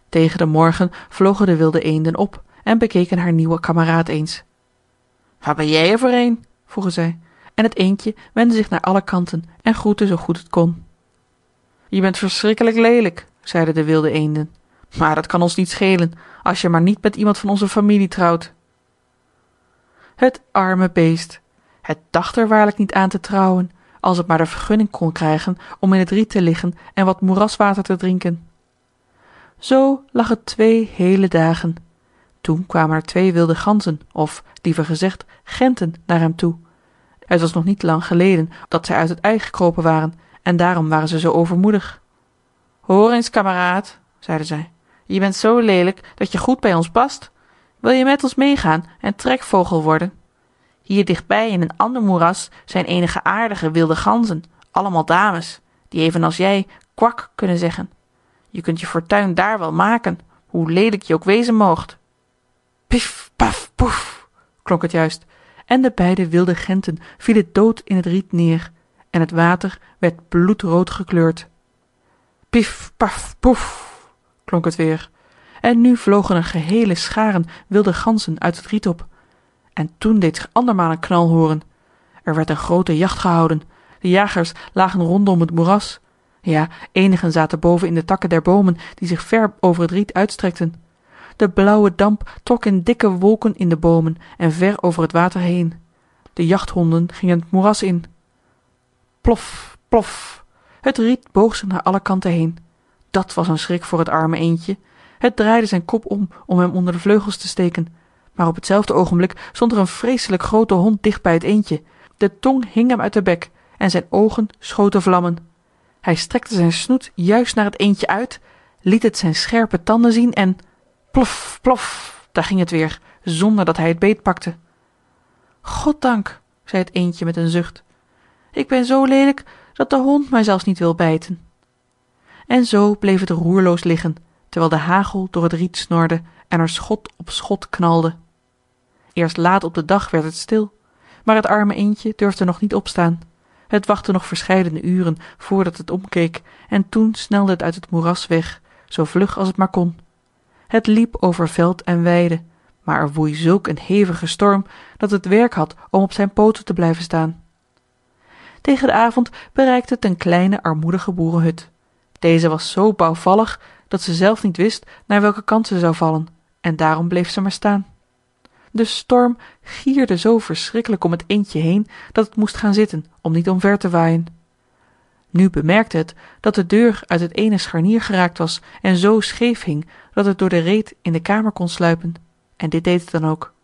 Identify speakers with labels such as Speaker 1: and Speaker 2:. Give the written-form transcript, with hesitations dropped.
Speaker 1: Tegen de morgen vlogen de wilde eenden op en bekeken haar nieuwe kameraad eens. Waar ben jij er voor een? vroegen zij, en het eendje wendde zich naar alle kanten en groette zo goed het kon. Je bent verschrikkelijk lelijk, zeiden de wilde eenden, maar dat kan ons niet schelen, als je maar niet met iemand van onze familie trouwt. Het arme beest. Het dacht er waarlijk niet aan te trouwen, als het maar de vergunning kon krijgen om in het riet te liggen en wat moeraswater te drinken. Zo lag het 2 hele dagen. Toen kwamen er 2 wilde ganzen, of liever gezegd genten, naar hem toe. Het was nog niet lang geleden dat zij uit het ei gekropen waren, en daarom waren ze zo overmoedig. Hoor eens, kameraad, zeiden zij, je bent zo lelijk dat je goed bij ons past. Wil je met ons meegaan en trekvogel worden? Hier dichtbij in een ander moeras zijn enige aardige wilde ganzen, allemaal dames, die evenals jij kwak kunnen zeggen. Je kunt je fortuin daar wel maken, hoe lelijk je ook wezen moogt. Pief, paf, poef, klonk het juist, en de beide wilde genten vielen dood in het riet neer, en het water werd bloedrood gekleurd. Pief, paf, poef, klonk het weer, en nu vlogen er gehele scharen wilde ganzen uit het riet op. En toen deed zich andermaal een knal horen. Er werd een grote jacht gehouden. De jagers lagen rondom het moeras. Ja, enigen zaten boven in de takken der bomen die zich ver over het riet uitstrekten. De blauwe damp trok in dikke wolken in de bomen en ver over het water heen. De jachthonden gingen het moeras in. Plof, plof. Het riet boog zich naar alle kanten heen. Dat was een schrik voor het arme eendje. Het draaide zijn kop om hem onder de vleugels te steken. Maar op hetzelfde ogenblik stond er een vreselijk grote hond dicht bij het eendje. De tong hing hem uit de bek en zijn ogen schoten vlammen. Hij strekte zijn snoet juist naar het eendje uit, liet het zijn scherpe tanden zien en plof, plof, daar ging het weer, zonder dat hij het beet pakte. Goddank, zei het eendje met een zucht. Ik ben zo lelijk dat de hond mij zelfs niet wil bijten. En zo bleef het roerloos liggen, terwijl de hagel door het riet snorde en er schot op schot knalde. Eerst laat op de dag werd het stil, maar het arme eendje durfde nog niet opstaan. Het wachtte nog verscheidene uren voordat het omkeek en toen snelde het uit het moeras weg, zo vlug als het maar kon. Het liep over veld en weide, maar er woei zulk een hevige storm dat het werk had om op zijn poten te blijven staan. Tegen de avond bereikte het een kleine armoedige boerenhut. Deze was zo bouwvallig dat ze zelf niet wist naar welke kant ze zou vallen, en daarom bleef ze maar staan. De storm gierde zo verschrikkelijk om het eendje heen dat het moest gaan zitten om niet omver te waaien. Nu bemerkte het dat de deur uit het ene scharnier geraakt was en zo scheef hing dat het door de reet in de kamer kon sluipen, en dit deed het dan ook.